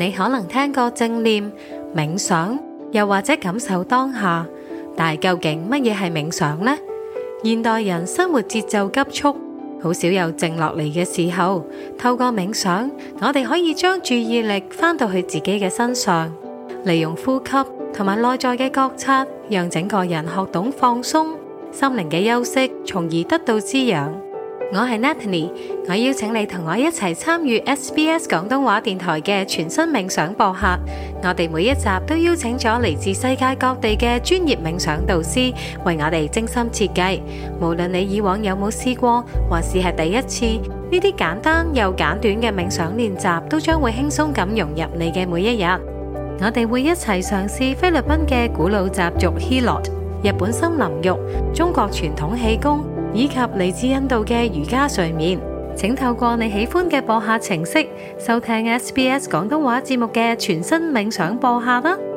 你可能聽過正念、冥想，又或者感受當下，但係究竟乜嘢係冥想呢？現代人生活節奏急促，好少有靜落嚟嘅時候。透過冥想，我哋可以將注意力返到去自己嘅身上，利用呼吸同埋內在嘅覺察，讓整個人學懂放鬆，心靈嘅休息，從而得到滋養。我係 Natalie， 我邀請你同我一齊參與 SBS 廣東話電台嘅全新冥想播客。我哋每一集都邀請咗嚟自世界各地嘅專業冥想導師，為我哋精心設計。無論你以往有冇試過，還是係第一次，呢啲簡單又簡短嘅冥想練習都將會輕鬆咁融入你嘅每一日。我哋會一齊嘗試菲律賓嘅古老習俗 Hilot、日本森林浴、中國傳統氣功，以及嚟自印度嘅瑜伽睡眠。請透過你喜歡嘅播客程式收聽 SBS 廣東話節目嘅全新冥想播客啦。